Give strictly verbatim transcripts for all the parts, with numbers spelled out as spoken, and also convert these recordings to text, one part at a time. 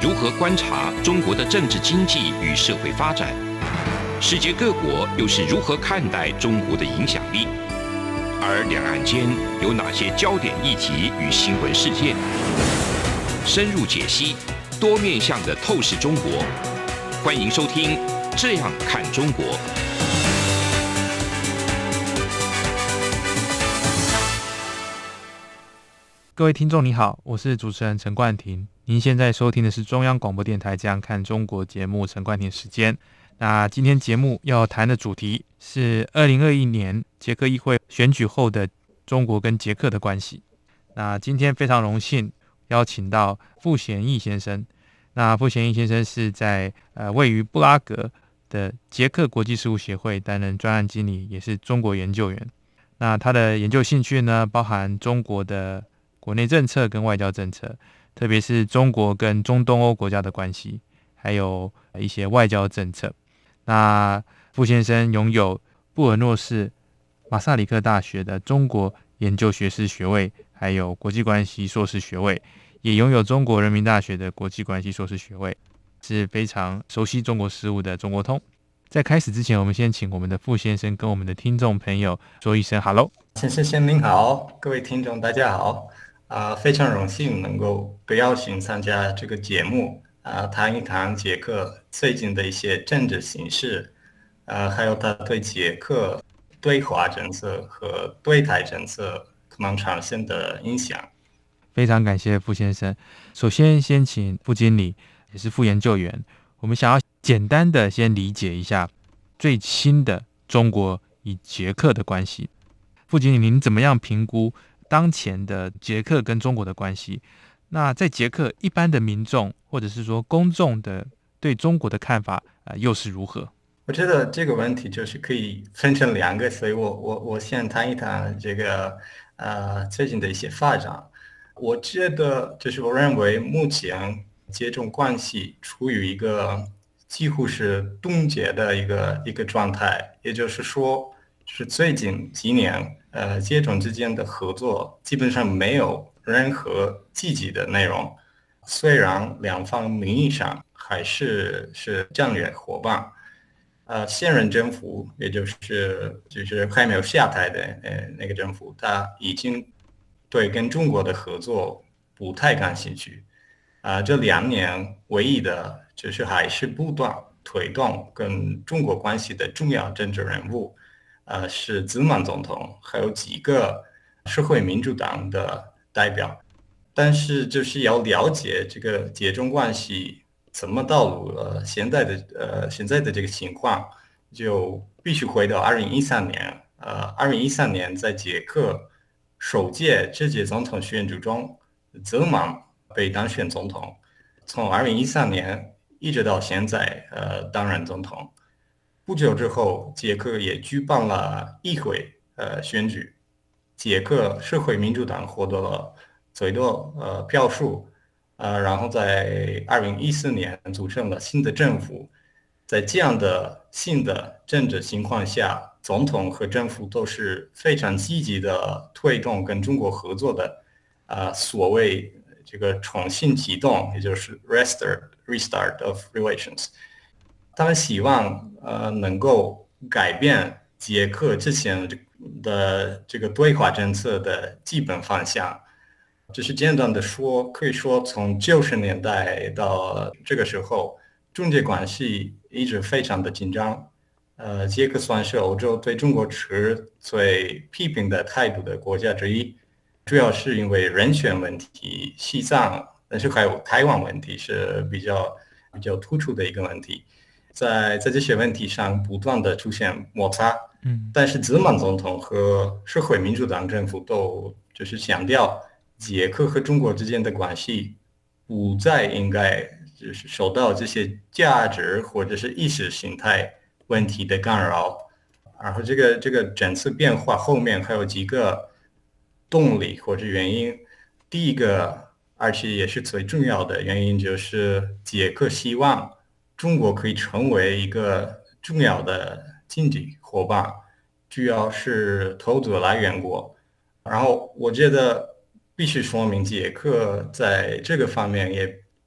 如何观察中国的政治经济与社会发展？世界各国又是如何看待中国的影响力？而两岸间有哪些焦点议题与新闻事件？深入解析，多面向的透视中国。欢迎收听《这样看中国》。 各位听众你好，我是主持人陈冠廷。您现在收听的是中央广播电台《这样看中国》节目，陈冠廷时间。那今天节目要谈的主题是二零二一年捷克议会选举后的中国跟捷克的关系。那今天非常荣幸邀请到傅贤义先生。那傅贤义先生是在呃位于布拉格的捷克国际事务协会担任专案经理，也是中国研究员。那他的研究兴趣呢，包含中国的国内政策跟外交政策，特别是中国跟中东欧国家的关系，还有一些外交政策。那傅先生拥有布尔诺市马萨里克大学的中国研究学士学位，还有国际关系硕士学位，也拥有中国人民大学的国际关系硕士学位，是非常熟悉中国事务的中国通。在开始之前，我们先请我们的傅先生跟我们的听众朋友说一声 hello。 先生先您好，各位听众大家好。呃、非常荣幸能够被邀请参加这个节目，呃、谈一谈捷克最近的一些政治形势，呃、还有它对捷克对华政策和对台政策可能产生的影响。 非常感谢傅先生。首先先请傅经理，也是副研究员，我们想要简单的先理解一下最新的中国与捷克的关系。傅经理，您怎么样评估当前的捷克跟中国的关系？那在捷克一般的民众或者是说公众的对中国的看法、呃、又是如何？ 我觉得这个问题就是可以分成两个，所以我我我先谈一谈这个呃最近的一些发展。我觉得就是我认为目前这种关系处于一个几乎是冻结的一个一个状态，也就是说，是最近几年呃接种之间的合作基本上没有任何积极的内容，虽然两方名义上还是是战略伙伴。呃，现任政府，也就是就是还没有下台的呃那个政府，他已经对跟中国的合作不太感兴趣。啊、呃，这两年唯一的就是还是不断推动跟中国关系的重要政治人物，呃，是兹曼总统，还有几个社会民主党的代表。但是就是要了解这个捷中关系怎么到了现在的呃现在的这个情况，就必须回到二零一三年。呃，二零一三年在捷克首届直接总统选举中，泽曼被当选总统，从二零一三年一直到现在，呃，担任总统。不久之后，捷克也举办了议会呃选举，捷克社会民主党获得了最多呃票数。呃，然后在二零一四年组成了新的政府。在这样的新的政治情况下，总统和政府都是非常积极的推动跟中国合作的，呃，所谓这个重新启动，也就是 restart restart of relations。他们希望呃能够改变捷克之前的这个对华政策的基本方向。只是简单的说，可以说从九十年代到这个时候，中捷关系一直非常的紧张。呃，捷克算是欧洲对中国持最批评的态度的国家之一，主要是因为人权问题、西藏，但是还有台湾问题是比较比较突出的一个问题。在在这些问题上不断的出现摩擦。嗯，但是兹曼总统和社会民主党政府都就是强调，捷克和中国之间的关系不再应该就是受到这些价值或者是意识形态问题的干扰。然后这个这个政策变化后面还有几个动力或者原因。第一个，而且也是最重要的原因，就是捷克希望中国可以成为一个重要的经济伙伴，主要是投资来源国。然后我觉得必须说明捷克在这个方面也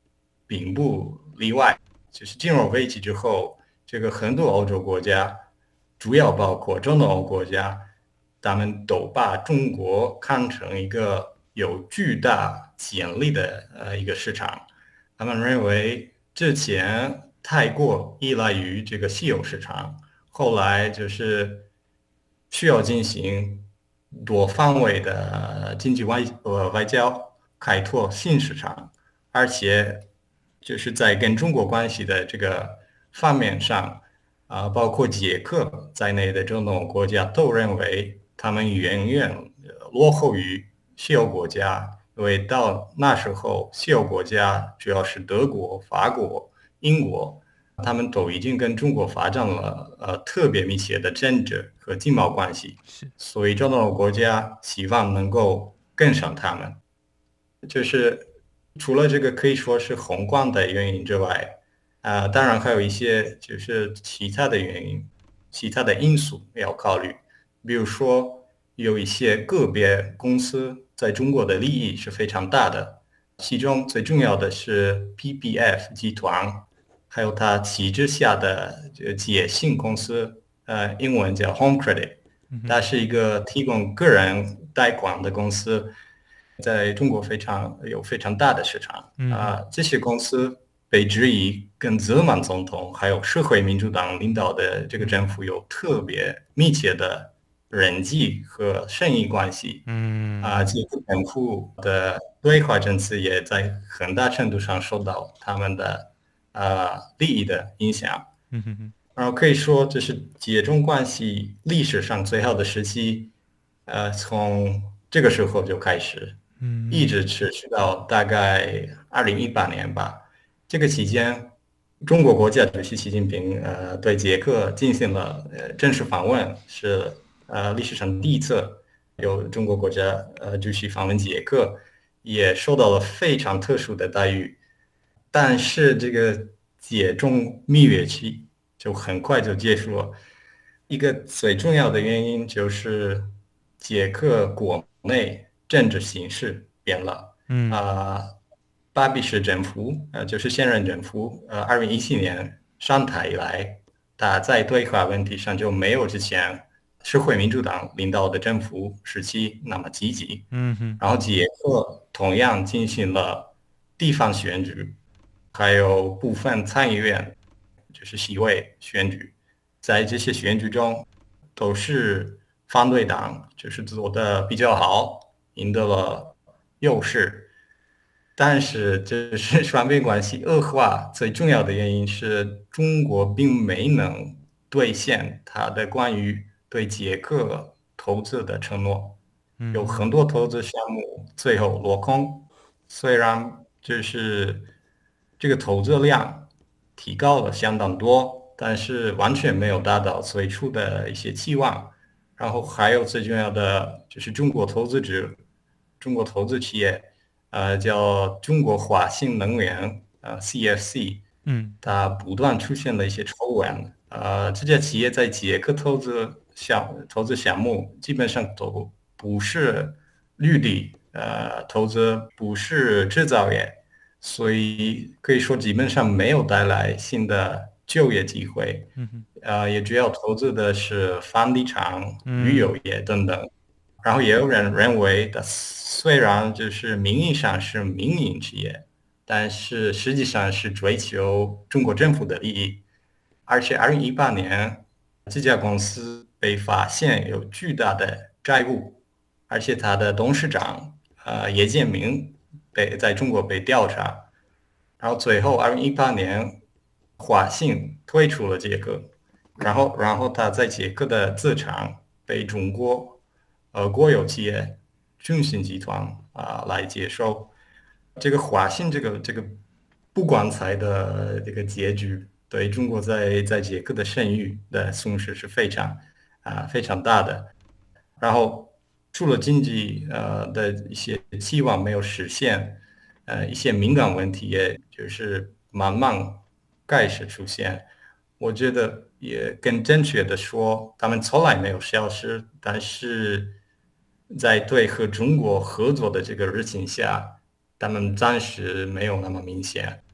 并不例外。就是金融危机之后，这个很多欧洲国家，主要包括中东欧国家，他们都把中国看成一个有巨大潜力的呃一个市场。他们认为之前太过依赖于这个稀有市场，后来就是需要进行多方位的经济外呃外交，开拓新市场，而且就是在跟中国关系的这个方面上，啊、呃包括捷克在内的中东国家都认为他们远远呃落后于西欧国家，因为到那时候西欧国家主要是德国、法国、英国。他们都已经跟中国发展了呃特别密切的政治和经贸关系， 是， 所以中东国家希望能够跟上他们。就是除了这个可以说是宏观的原因之外，啊、呃当然还有一些就是其他的原因、其他的因素要考虑，比如说有一些个别公司在中国的利益是非常大的，其中最重要的是 P P F 集团。还有它旗之下的这个捷信公司，呃，英文叫 Home Credit，它是一个提供个人贷款的公司，在中国非常有非常大的市场啊、呃。这些公司被质疑跟泽曼总统还有社会民主党领导的这个政府有特别密切的人际和生意关系。 嗯啊，这个政府的对华政策也在很大程度上受到他们的呃利益的影响。 嗯哼哼， 然后可以说这是解中关系历史上最好的时期，呃，从这个时候就开始， 嗯一直持续到大概二零一八年吧。这个期间，中国国家主席习近平呃对捷克进行了呃正式访问，是呃历史上第一次有中国国家呃主席访问捷克，也受到了非常特殊的待遇。但是这个解中蜜月期就很快就结束了。一个最重要的原因就是捷克国内政治形势变了。 嗯啊、呃巴比什政府，呃，就是现任政府，呃，二零一七年上台以来，他在对华问题上就没有之前社会民主党领导的政府时期那么积极。 嗯哼， 然后捷克同样进行了地方选举，还有部分参议院，就是席位选举，在这些选举中，都是反对党就是做的比较好，赢得了优势。但是这是双边关系恶化最重要的原因是中国并没能兑现它的关于对捷克投资的承诺，有很多投资项目最后落空，虽然就是这个投资量提高了相当多，但是完全没有达到最初的一些期望。然后还有最重要的就是中国投资者、中国投资企业。呃，叫中国华信能源，呃 C F C， 嗯它不断出现了一些丑闻。呃，这家企业在捷克投资项投资项目基本上都不是绿地，呃，投资不是制造业，所以可以说基本上没有带来新的就业机会。 嗯哼， 呃，也主要投资的是房地产、旅嗯游业等等。然后也有人认为的，虽然就是名义上是民营企业，但是实际上是追求中国政府的利益。而且二零一八年，这家公司被发现有巨大的债务，而且它的董事长呃叶建明被在中国被调查。然后最后二零一八年，华信退出了捷克，然后然后他在捷克的资产被中国呃国有企业中信集团啊、来接收。这个华信这个这个不光彩的这个结局，对中国在在捷克的声誉的损失是非常啊、非常大的。然后除了经济呃的一些期望没有实现，呃一些敏感问题也就是慢慢开始出现。我觉得也更正确的说，他们从来没有消失，但是在对和中国合作的这个日情下，他们暂时没有那么明显。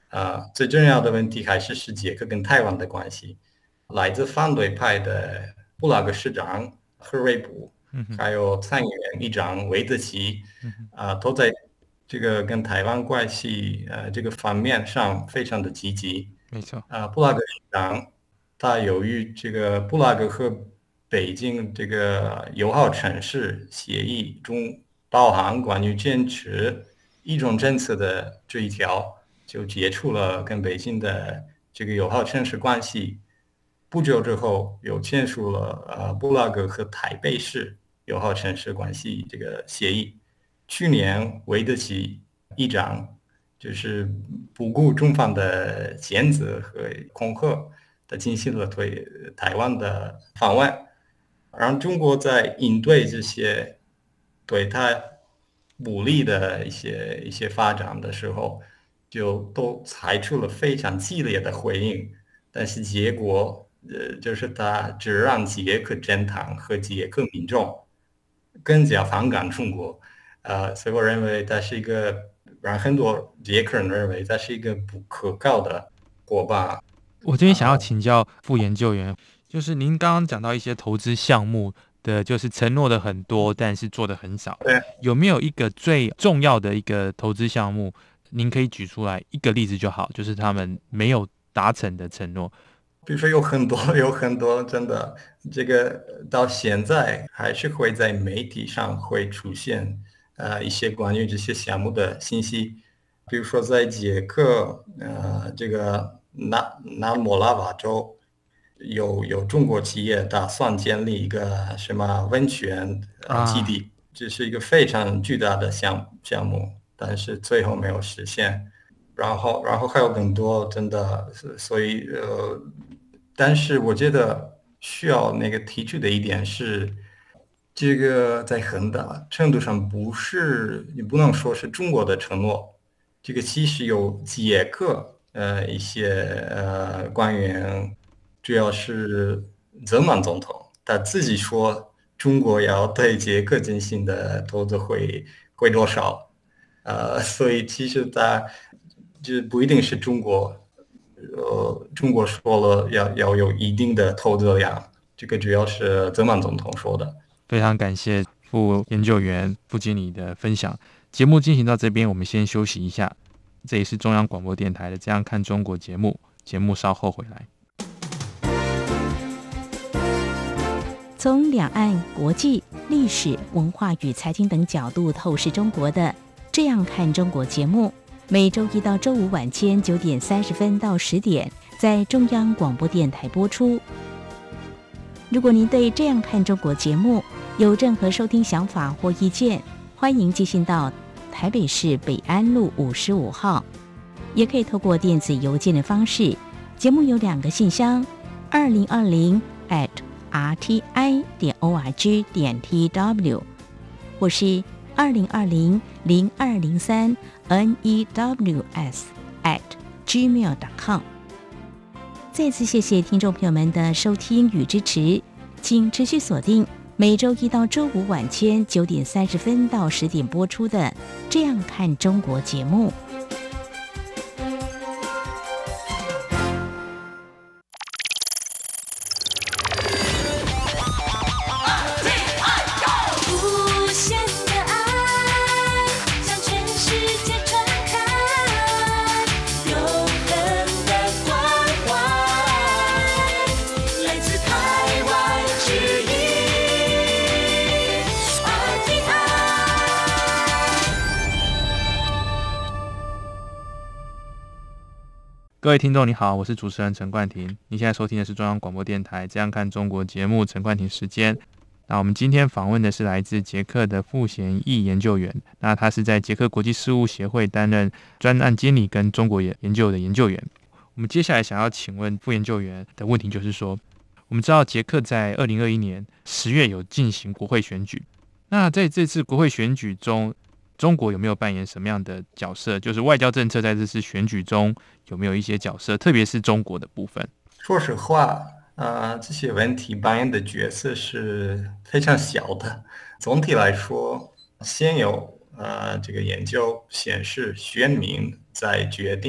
呃，最重要的问题还是是捷克跟台湾的关系。来自反对派的布拉格市长赫瑞卜，还有参议院议长韦德奇，啊、呃，都在这个跟台湾关系呃这个方面上非常的积极。 没错。 啊、呃，布拉格市长他由于这个布拉格和北京这个友好城市协议中包含关于坚持一种政策的这一条，就结束了跟北京的这个友好城市关系。不久之后，又签署了呃布拉格和台北市友好城市关系这个协议。去年，韦德奇议长就是不顾中方的谴责和恐吓，他进行了对台湾的访问。让中国在应对这些对他武力的一些一些发展的时候，就都采取了非常激烈的回应，但是结果。呃，就是他只让捷克政坛和捷克民众更加反感中国，呃，所以我认为他是一个让很多捷克人认为他是一个不可靠的伙伴。 我这边想要请教副研究员，就是您刚刚讲到一些投资项目的，就是承诺的很多，但是做的很少。 对， 有没有一个最重要的一个投资项目，您可以举出来一个例子就好，就是他们没有达成的承诺？ 比如说有很多有很多真的，这个到现在还是会在媒体上会出现呃一些关于这些项目的信息，比如说在捷克呃这个南南摩拉瓦州有有中国企业打算建立一个什么温泉呃基地，这是一个非常巨大的项项目，但是最后没有实现。然后，然后还有更多真的，所以呃，但是我觉得需要那个提出的一点是，这个在很大程度上不是你不能说是中国的承诺，这个其实有捷克呃一些呃官员，主要是泽曼总统他自己说中国要对捷克进行的投资会会多少，呃，所以其实他。这不一定是中国，呃，中国说了要要有一定的投资量，这个主要是泽曼总统说的。 非常感谢副研究员、副经理的分享。节目进行到这边，我们先休息一下。这里是中央广播电台的《这样看中国》节目，节目稍后回来。 从两岸、国际、历史、文化与财经等角度透视中国的《这样看中国》节目。每周一到周五晚间九点三十分到十点，在中央广播电台播出。如果您对《这样看中国》节目有任何收听想法或意见，欢迎寄信到台北市北安路五十五号，也可以透过电子邮件的方式。节目有两个信箱：二零二零 at r t i 点 o r g 点 t w， 或是二零二零零二零三 n e w s at gmail dot com。 再次谢谢听众朋友们的收听与支持，请持续锁定每周一到周五晚间九点三十分到十点播出的《这样看中国》节目。 各位听众你好，我是主持人陈冠廷。你现在收听的是中央广播电台《这样看中国》节目，陈冠廷时间。那我们今天访问的是来自捷克的傅贤义研究员，那他是在捷克国际事务协会担任专案经理跟中国研究的研究员。我们接下来想要请问副研究员的问题就是说，我们知道捷克在二零二一年十月有进行国会选举，那在这次国会选举中，中国有没有扮演什么样的角色？就是外交政策在这次选举中有没有一些角色，特别是中国的部分？ 说实话，呃，这些问题扮演的角色是非常小的。总体来说，现有呃这个研究显示，选民在决定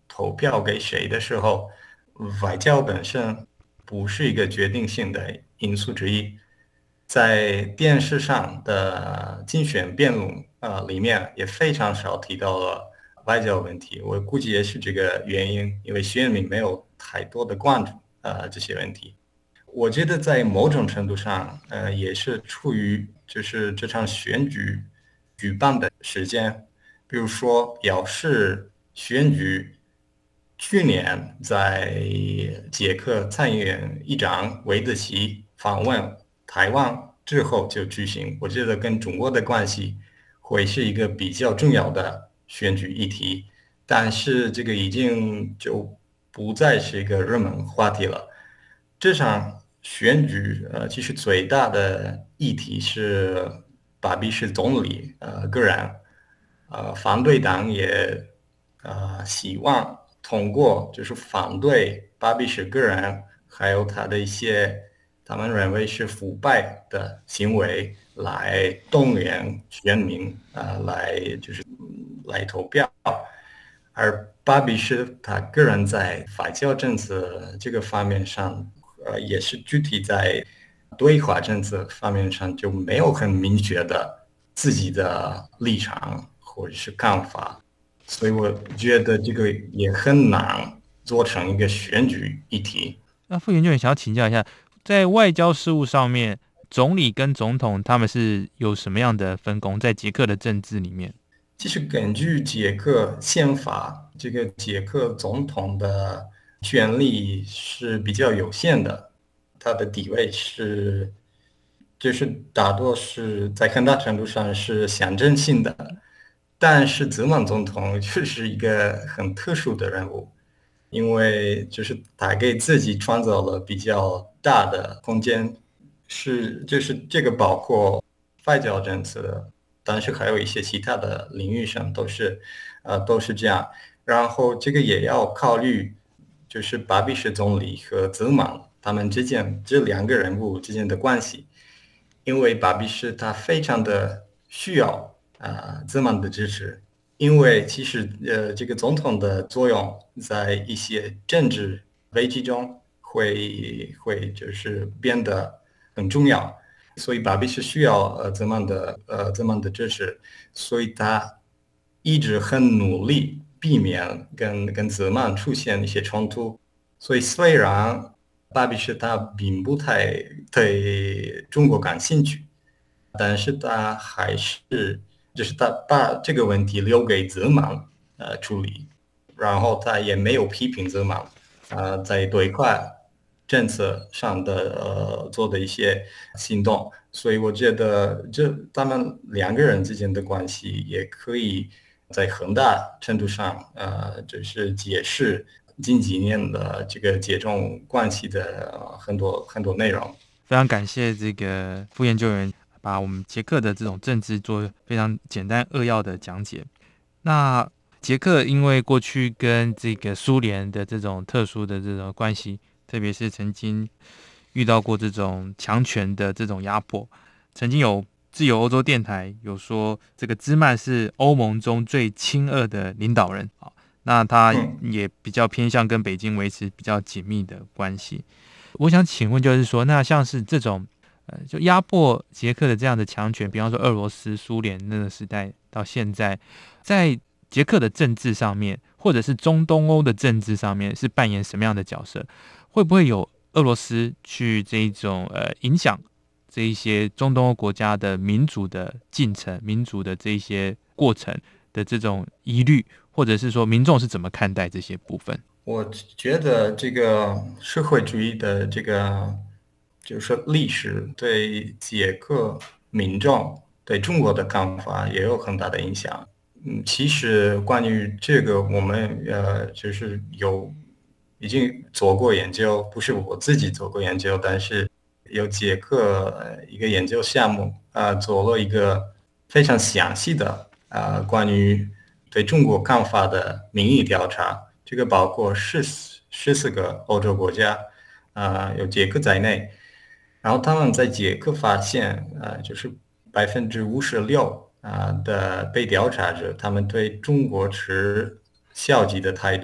投票给谁的时候，外交本身不是一个决定性的因素之一。在电视上的竞选辩论呃里面也非常少提到了外交问题，我估计也是这个原因，因为选民没有太多的关注呃这些问题。我觉得在某种程度上，呃，也是出于就是这场选举举办的时间，比如说，要是选举去年在捷克参议院议长韦德奇访问台湾之后就举行，我觉得跟中国的关系会是一个比较重要的选举议题，但是这个已经就不再是一个热门话题了。这场选举，呃，其实最大的议题是巴比什总理呃个人，呃，反对党也呃希望通过就是反对巴比什个人，还有他的一些他们认为是腐败的行为，来动员选民啊、呃，来就是来投票。而巴比什他个人在外交政策这个方面上，呃，也是具体在对华政策方面上就没有很明确的自己的立场或者是看法，所以我觉得这个也很难做成一个选举议题。 那副研究员想要请教一下，在外交事务上面，总理跟总统他们是有什么样的分工？在捷克的政治里面？ 其实根据捷克宪法，这个捷克总统的权力是比较有限的，他的地位是，就是大多是在很大程度上是象征性的。但是泽曼总统就是一个很特殊的人物，因为就是他给自己创造了比较大的空间，是就是这个包括外交政策，但是还有一些其他的领域上都是，呃，都是这样。然后这个也要考虑，就是巴比什总理和泽曼他们之间这两个人物之间的关系，因为巴比什他非常的需要啊、呃、泽曼的支持，因为其实呃这个总统的作用在一些政治危机中会会就是变得很重要。所以巴比是需要呃泽曼的呃泽曼的支持，所以他一直很努力避免跟跟泽曼出现一些冲突。所以虽然巴比是他并不太对中国感兴趣，但是他还是就是他把这个问题留给泽曼呃处理，然后他也没有批评泽曼呃在对华政策上的呃做的一些行动，所以我觉得这他们两个人之间的关系也可以在很大程度上呃就是解释近几年的这个接种关系的、呃、很多很多内容。 非常感谢这个副研究员把我们捷克的这种政治做非常简单扼要的讲解。那捷克因为过去跟这个苏联的这种特殊的这种关系，特别是曾经遇到过这种强权的这种压迫，曾经有自由欧洲电台有说，这个兹曼是欧盟中最亲俄的领导人，那他也比较偏向跟北京维持比较紧密的关系。我想请问，就是说，那像是这种呃，就压迫捷克的这样的强权，比方说俄罗斯、苏联那个时代到现在，在捷克的政治上面，或者是中东欧的政治上面，是扮演什么样的角色？会不会有俄罗斯去这一种呃影响这一些中东欧国家的民主的进程、民主的这一些过程的这种疑虑，或者是说民众是怎么看待这些部分？ 我觉得这个社会主义的这个就是历史对捷克民众对中国的看法也有很大的影响。嗯，其实关于这个，我们呃就是有已经做过研究，不是我自己做过研究，但是有捷克一个研究项目啊、呃，做了一个非常详细的啊、呃、关于对中国看法的民意调查。这个包括十十四个欧洲国家，啊、呃，有捷克在内。然后他们在捷克发现，呃，就是百分之五十六啊的被调查者，他们对中国持消极的态度，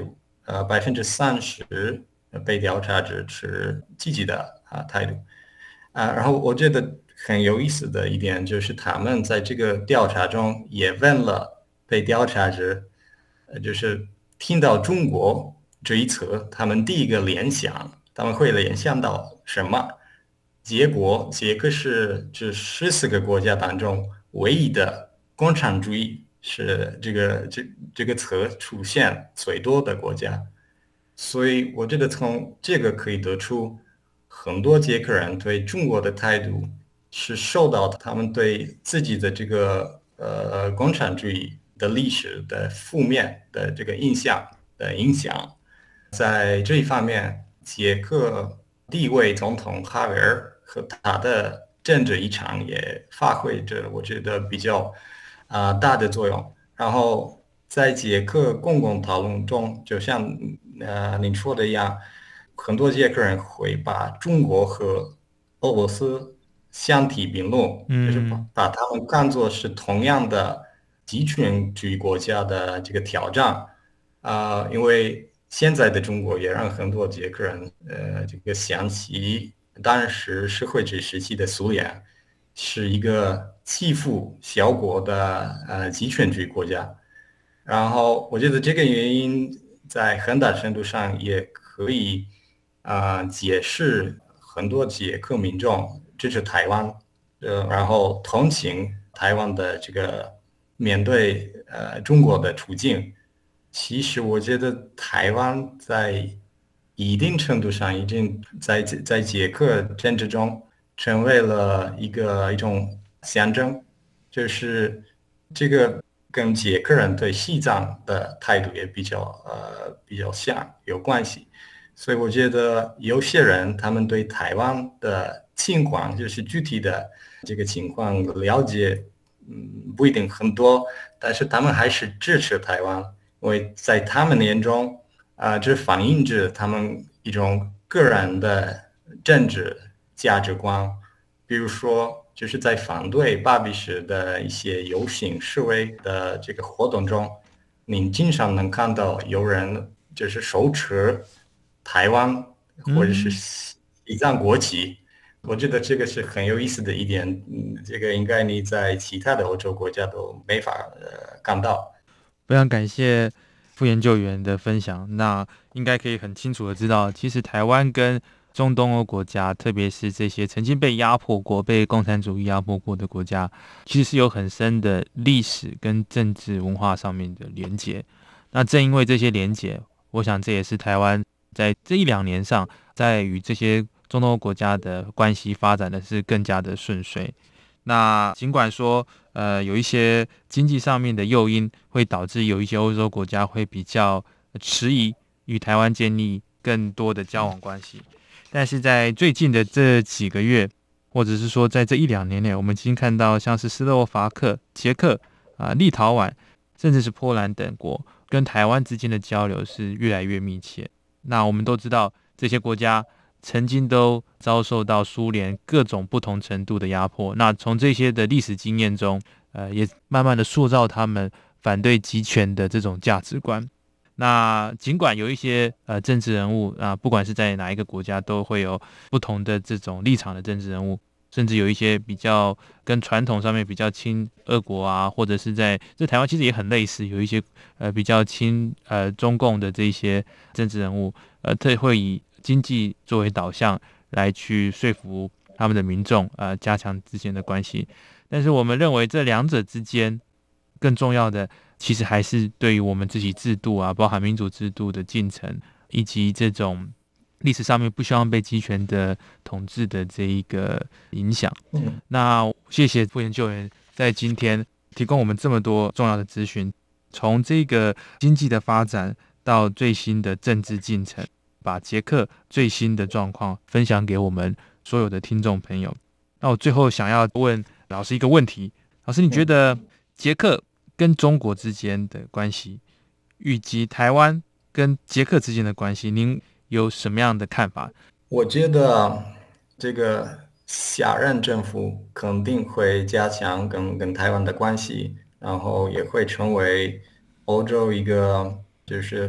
呃百分之三十被调查者持积极的啊态度啊。然后我觉得很有意思的一点就是，他们在这个调查中也问了被调查者，呃，就是听到中国这一词，他们第一个联想，他们会联想到什么？结果，捷克是这十四个国家当中唯一的共产主义是这个这这个词出现最多的国家。所以我觉得从这个可以得出，很多捷克人对中国的态度是受到他们对自己的这个呃共产主义的历史的负面的这个印象的影响。在这一方面，捷克第一位总统哈维尔和他的政治立场也发挥着我觉得比较啊、呃大的作用。然后在捷克公共讨论中，就像呃您说的一样，很多捷克人会把中国和俄罗斯相提并论，就是把嗯把他们看作是同样的极权主义国家的这个挑战。啊、因为现在的中国也让很多捷克人呃这个想起当时社会主义时期的苏联是一个欺负小国的呃极权主义国家。然后我觉得这个原因在很大程度上也可以啊、呃解释很多捷克民众支持台湾，呃，然后同情台湾的这个面对呃中国的处境。其实我觉得台湾在一定程度上已经在在捷克政治中成为了一个一种象征，就是这个跟捷克人对西藏的态度也比较呃比较像有关系。所以我觉得有些人他们对台湾的情况，就是具体的这个情况了解，嗯，不一定很多，但是他们还是支持台湾，因为在他们眼中，啊、这反映着他们一种个人的政治价值观。比如说，就是在反对巴比什的一些游行示威的这个活动中，你经常能看到有人就是手持台湾或者是嗯。 西藏国旗。我觉得这个是很有意思的一点，嗯，这个应该你在其他的欧洲国家都没法呃看到。 非常感谢副研究员的分享。那应该可以很清楚的知道，其实台湾跟中东欧国家，特别是这些曾经被压迫过、被共产主义压迫过的国家，其实是有很深的历史跟政治文化上面的连结。那正因为这些连结，我想这也是台湾在这一两年上，在与这些中东欧国家的关系发展的是更加的顺遂。那尽管说，呃，有一些经济上面的诱因会导致有一些欧洲国家会比较迟疑与台湾建立更多的交往关系，但是在最近的这几个月，或者是说在这一两年内，我们已经看到像是斯洛伐克、捷克啊、立陶宛，甚至是波兰等国跟台湾之间的交流是越来越密切。那我们都知道，这些国家曾经都遭受到苏联各种不同程度的压迫。那从这些的历史经验中，呃，也慢慢的塑造他们反对集权的这种价值观。那尽管有一些呃政治人物啊、呃，不管是在哪一个国家，都会有不同的这种立场的政治人物，甚至有一些比较跟传统上面比较亲俄国啊，或者是在这台湾其实也很类似，有一些呃比较亲呃中共的这些政治人物，呃，特会以经济作为导向来去说服他们的民众，呃，加强之间的关系。但是我们认为这两者之间更重要的，其实还是对于我们自己制度啊，包含民主制度的进程，以及这种历史上面不希望被集权的统治的这一个影响。 嗯， 那谢谢副研究员在今天提供我们这么多重要的资讯，从这个经济的发展到最新的政治进程，把捷克最新的状况分享给我们所有的听众朋友。那我最后想要问老师一个问题，老师，你觉得捷克跟中国之间的关系，以及台湾跟捷克之间的关系，您有什么样的看法？ 我觉得这个下任政府肯定会加强跟跟台湾的关系，然后也会成为欧洲一个就是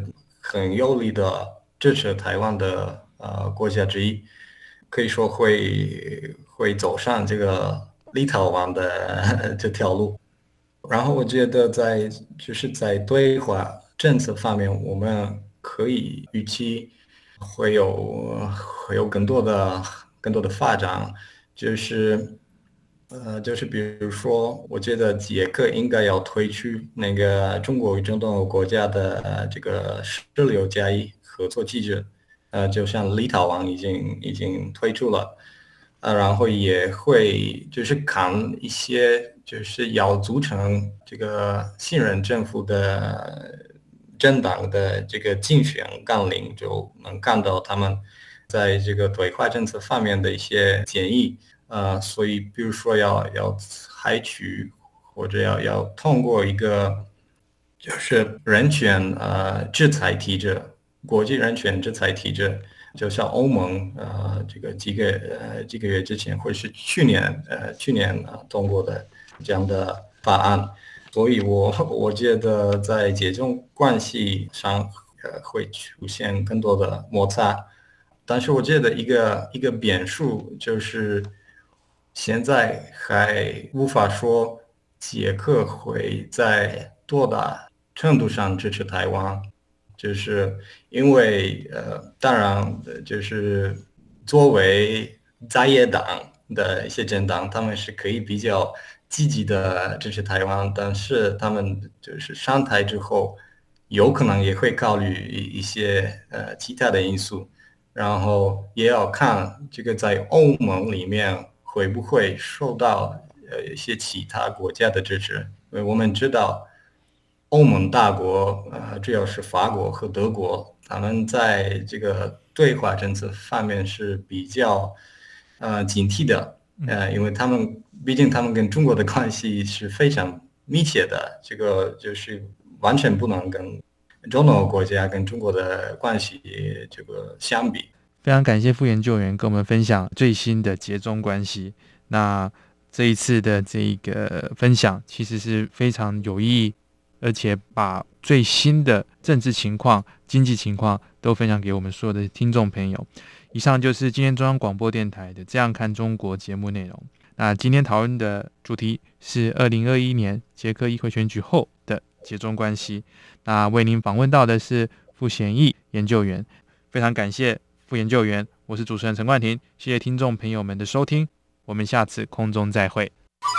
很有力的支持台湾的呃国家之一，可以说会会走上这个立陶宛的这条路。然后我觉得在就是在对华政策方面，我们可以预期会有会有更多的更多的发展，就是呃就是比如说，我觉得捷克应该要退出那个中国与中东欧国家的呃这个十六加一合作机制，呃，就像立陶宛已经已经退出了。呃，然后也会就是看一些就是要组成这个新任政府的政党的这个竞选纲领，就能看到他们在这个对华政策方面的一些建议。呃，所以比如说要要采取或者要要通过一个就是人权呃制裁体制，国际人权制裁体制。就像欧盟，呃，这个几个呃几个月之前，或者是去年，呃去年啊通过的这样的法案，所以我我觉得在这种关系上，呃会出现更多的摩擦。但是我觉得一个一个变数就是，现在还无法说捷克会在多大程度上支持台湾。就是因为呃，当然就是作为在野党的一些政党，他们是可以比较积极的支持台湾，但是他们就是上台之后，有可能也会考虑一些呃其他的因素，然后也要看这个在欧盟里面会不会受到呃一些其他国家的支持，因为我们知道。欧盟大国，呃，主要是法国和德国，他们在这个对华政策方面是比较，呃，警惕的，呃，因为他们毕竟他们跟中国的关系是非常密切的，这个就是完全不能跟中东欧国家跟中国的关系这个相比。 非常感谢副研究员跟我们分享最新的捷中关系。那这一次的这个分享其实是非常有意义。而且把最新的政治情况、经济情况都分享给我们所有的听众朋友。以上就是今天中央广播电台的《这样看中国》节目内容。那今天讨论的主题是二零二一年捷克议会选举后的捷中关系。那为您访问到的是傅显义研究员，非常感谢傅研究员。我是主持人陈冠廷，谢谢听众朋友们的收听，我们下次空中再会。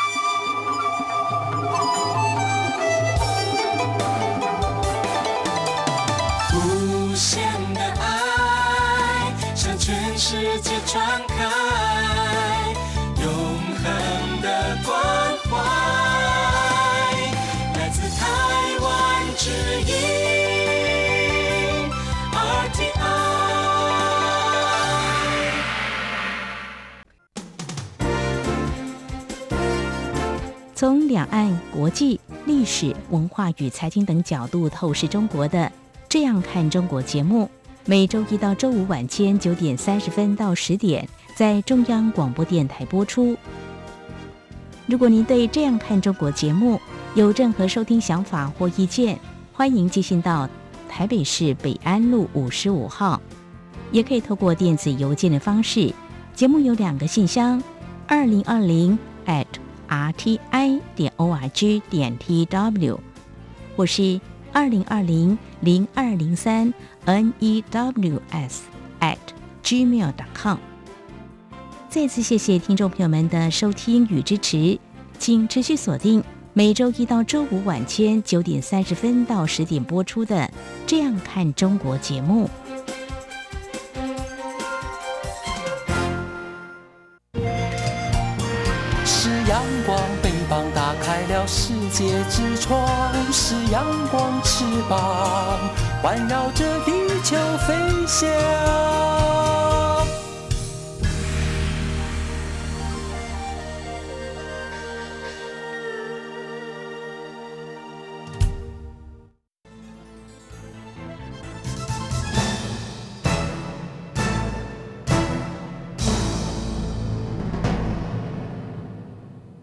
世界传开，永恒的关怀，来自台湾之音 R T I。 从两岸、国际、历史、文化与财经等角度透视中国的《这样看中国》节目。每周一到周五晚间九点三十分到十点，在中央广播电台播出。如果您对《这样看中国》节目有任何收听想法或意见，欢迎寄信到台北市北安路五十五号，也可以透过电子邮件的方式。节目有两个信箱：二零二零 at r t i 点 o r g 点 t w， 或是二零二零零二零三。news at gmail dot com。 再次谢谢听众朋友们的收听与支持，请持续锁定每周一到周五晚间九点三十分到十点播出的《这样看中国》节目。 是阳光，北方打开了世界之窗，是阳光翅膀环绕着地球飞翔。